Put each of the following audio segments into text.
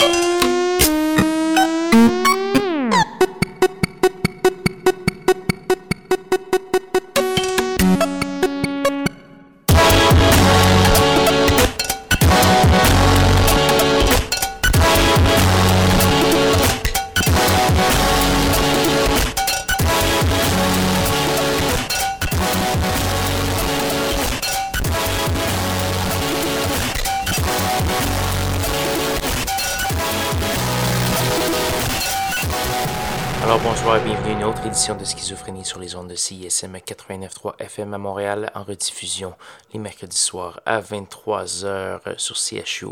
Alors bonsoir et bienvenue à une autre édition de Schizophrénie sur les ondes de CISM 89.3 FM à Montréal en rediffusion les mercredis soirs à 23h sur CHU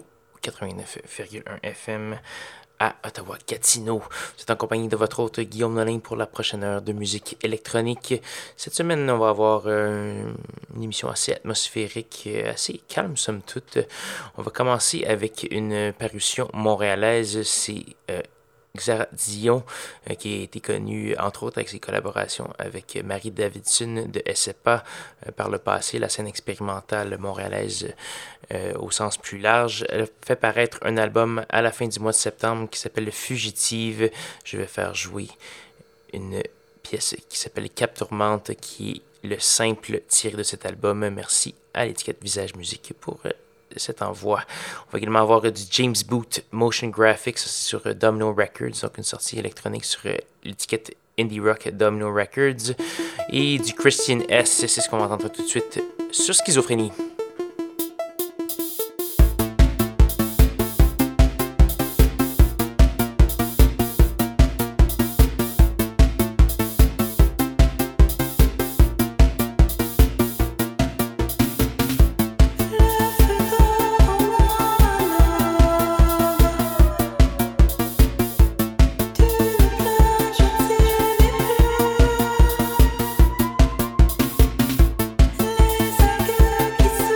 89.1 FM à Ottawa-Gatineau. Vous êtes en compagnie de votre hôte Guillaume Nolin pour la prochaine heure de musique électronique. Cette semaine, on va avoir une émission assez atmosphérique, assez calme somme toute. On va commencer avec une parution montréalaise, c'est Xara Dion, qui a été connue entre autres avec ses collaborations avec Marie Davidson de SEPA par le passé, la scène expérimentale montréalaise au sens plus large. Elle a fait paraître un album à la fin du mois de septembre qui s'appelle Fugitive. Je vais faire jouer une pièce qui s'appelle Cap Tourmente, qui est le simple tiré de cet album. Merci à l'étiquette Visage Musique pour cet envoi. On va également avoir du James Boot Motion Graphics sur Domino Records, donc une sortie électronique sur l'étiquette Indie Rock Domino Records, et du Christian S, c'est ce qu'on va entendre tout de suite sur Schizophrénie. Les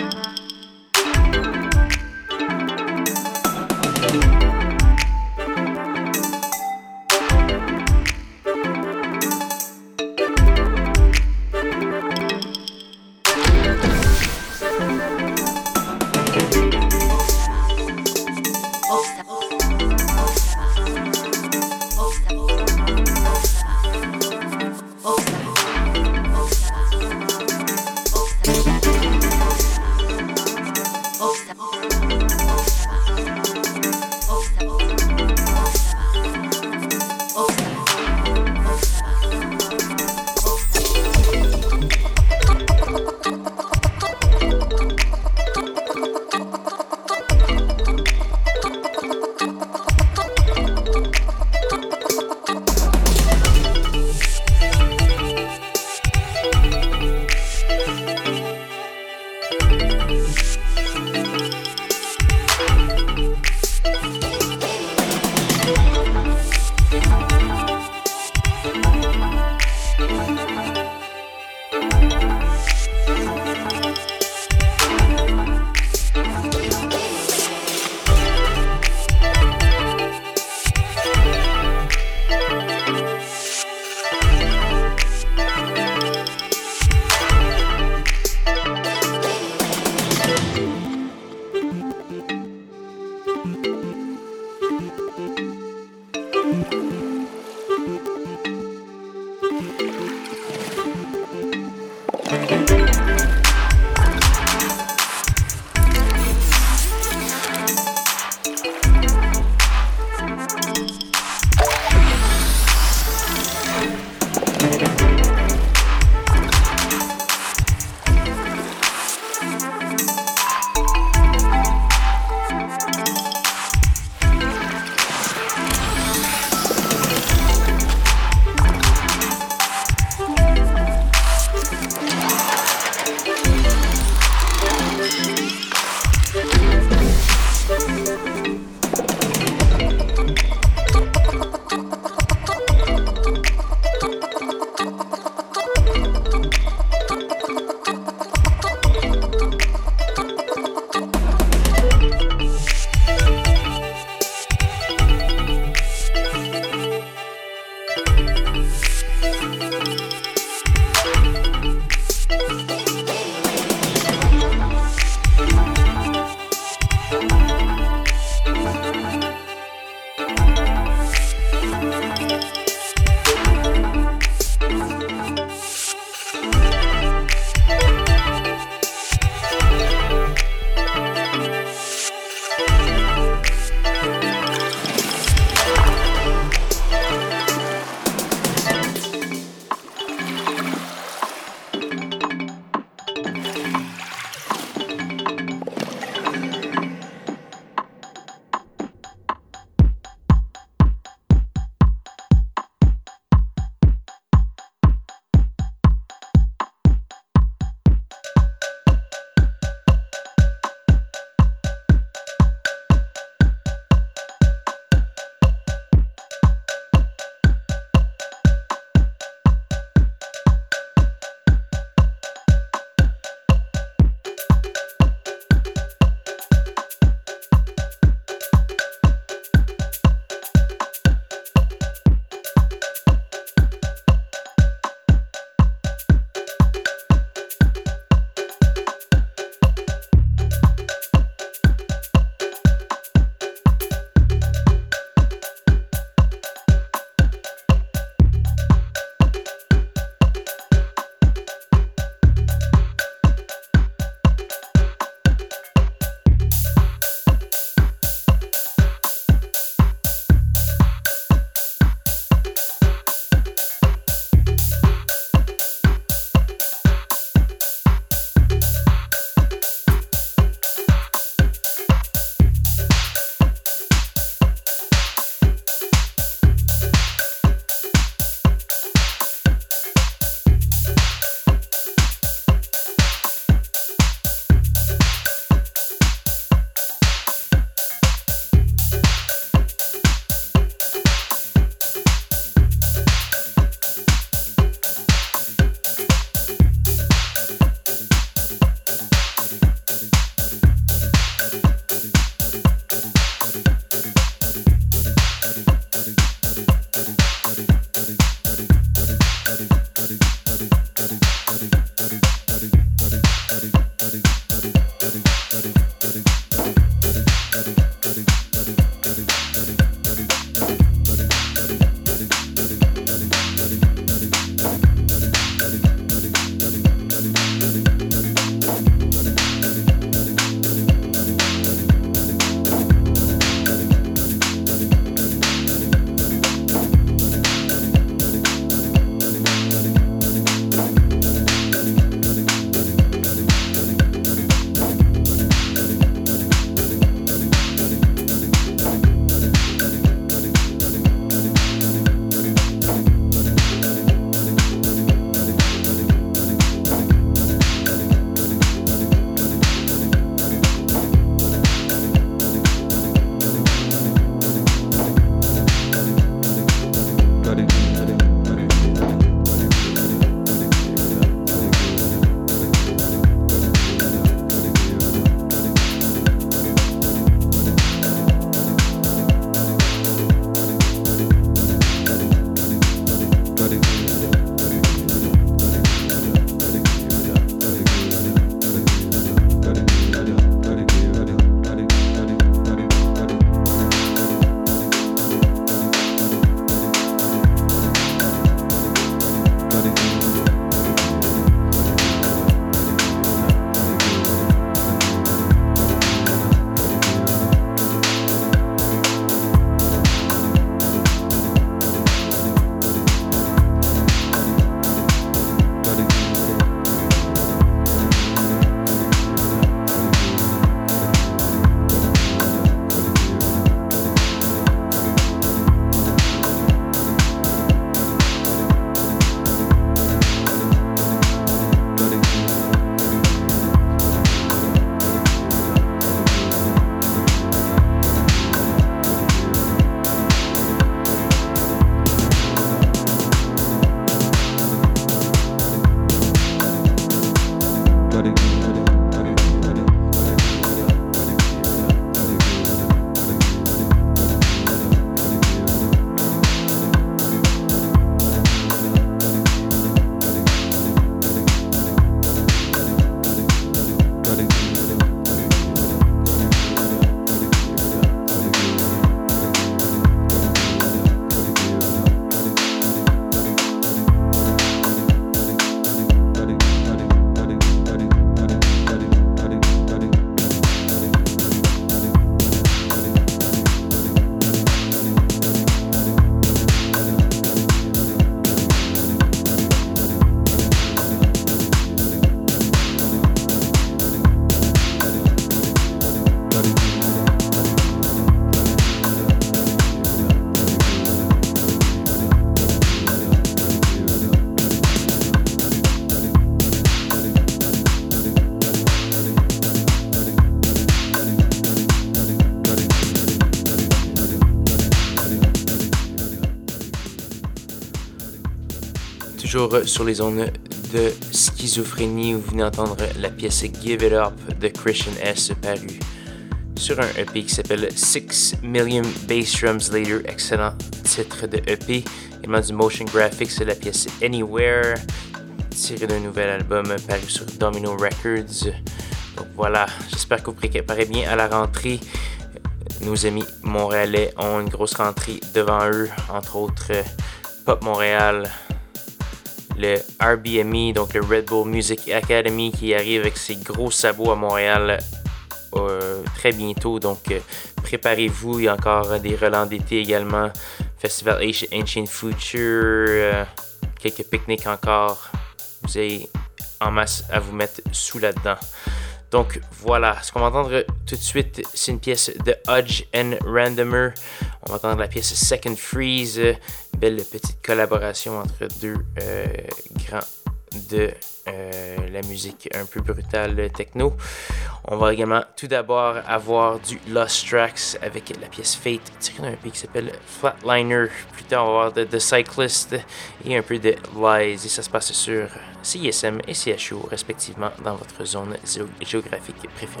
Toujours sur les ondes de schizophrénie, vous venez d'entendre la pièce Give It Up de Christian S. paru sur un EP qui s'appelle 6 Million Bass Drums Later. Excellent titre de EP. Également du motion graphics, c'est la pièce Anywhere, tirée d'un nouvel album paru sur Domino Records. Donc voilà, j'espère que vous préparez bien à la rentrée. Nos amis montréalais ont une grosse rentrée devant eux, entre autres Pop Montréal, le RBME, donc le Red Bull Music Academy, qui arrive avec ses gros sabots à Montréal très bientôt. Donc préparez-vous, il y a encore des relents d'été également, Festival Ancient Future, quelques pique-niques encore. Vous avez en masse à vous mettre sous là-dedans. Donc voilà, ce qu'on va entendre tout de suite, c'est une pièce de Hodge and Randomer. On va entendre la pièce Second Freeze, belle petite collaboration entre deux grands de la musique un peu brutale techno. On va également tout d'abord avoir du Lost Tracks avec la pièce Fate tirée d'un EP qui s'appelle Flatliner. Plus tard, on va avoir The Cyclist et un peu de Lies. Et ça se passe sur CISM et CHU respectivement dans votre zone géographique préférée.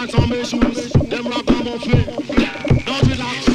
That's on my shoes. Them rock on my feet. Don't relax.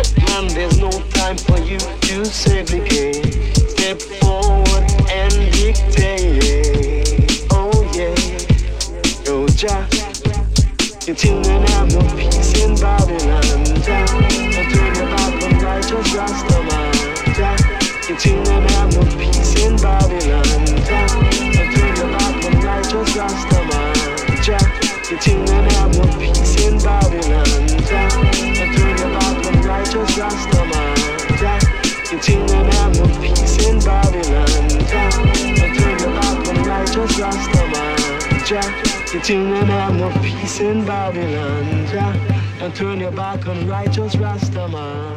man, there's no time for you to segregate. Step forward and dictate. Oh yeah, oh Jah, you children have no peace in Babylon. Jah, and turn your back on righteous Rastaman. Jah, you children have no peace in Babylon. Jah, and turn your back on righteous Rastaman. Jah, you children have no peace in Babylon. Jah, and turn your back on righteous Rastaman. Jah, you children have no peace in Babylon. Jah, and turn your back on righteous Rastaman. Jah, you children have no peace in Babylon. Jah, and turn your back on righteous Rastaman.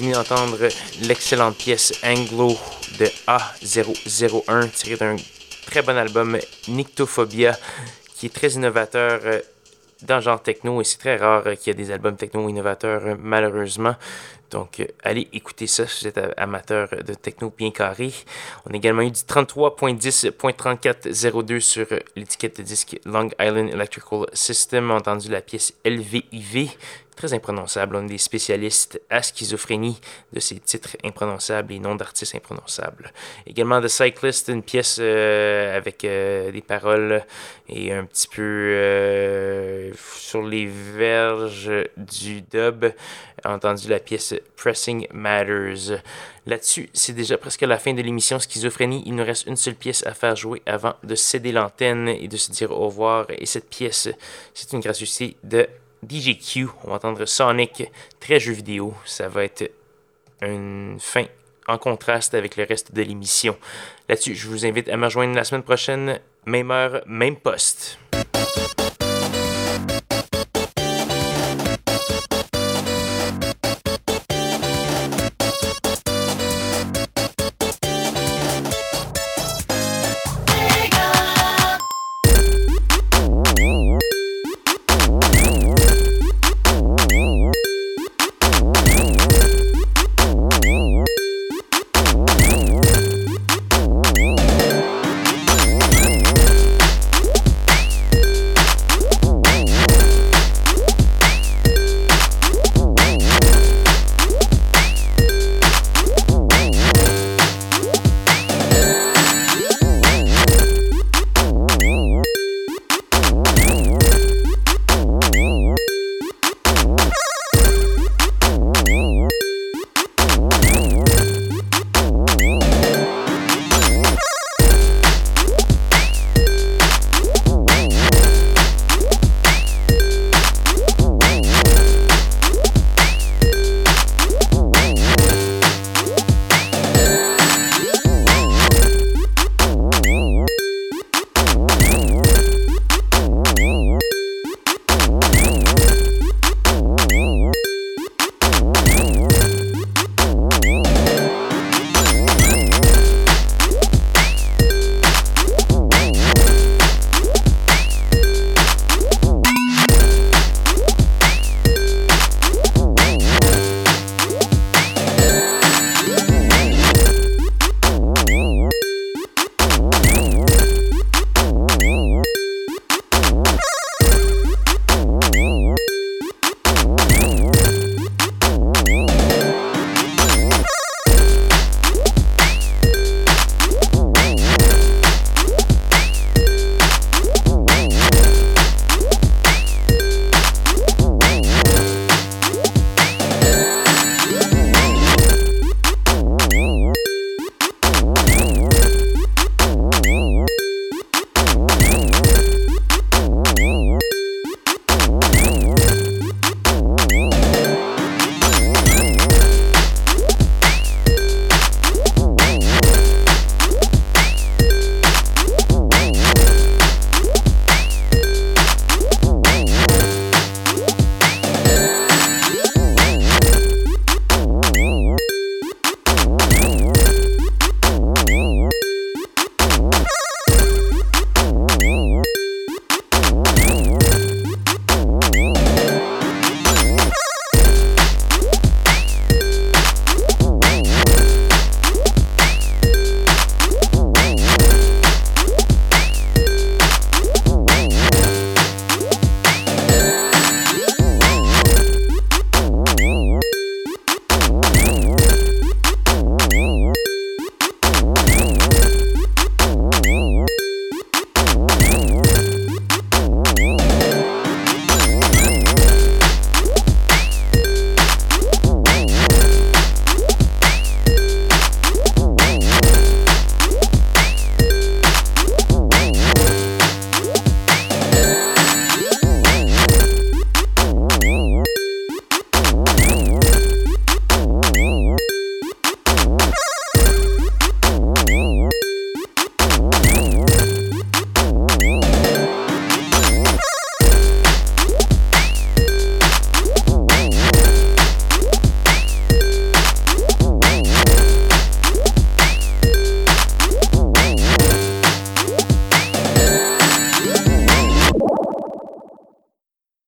venez d'entendre l'excellente pièce Anglo de A001, tirée d'un très bon album Nyctophobia, qui est très innovateur dans le genre techno, et c'est très rare qu'il y ait des albums techno innovateurs, malheureusement. Donc, allez écouter ça si vous êtes amateur de techno bien carré. On a également eu du 33.10.3402 sur l'étiquette de disque Long Island Electrical System. On a entendu la pièce LVIV, très imprononçable. On est des spécialistes à schizophrénie de ces titres imprononçables et noms d'artistes imprononçables. Également The Cyclist, une pièce avec des paroles et un petit peu sur les verges du dub. On a entendu la pièce Pressing Matters. Là-dessus, c'est déjà presque la fin de l'émission Schizophrénie. Il nous reste une seule pièce à faire jouer avant de céder l'antenne et de se dire au revoir. Et cette pièce, c'est une gracieuseté de DJQ. On va entendre Sonic, très jeu vidéo. Ça va être une fin en contraste avec le reste de l'émission. Là-dessus, je vous invite à me rejoindre la semaine prochaine, même heure, même poste.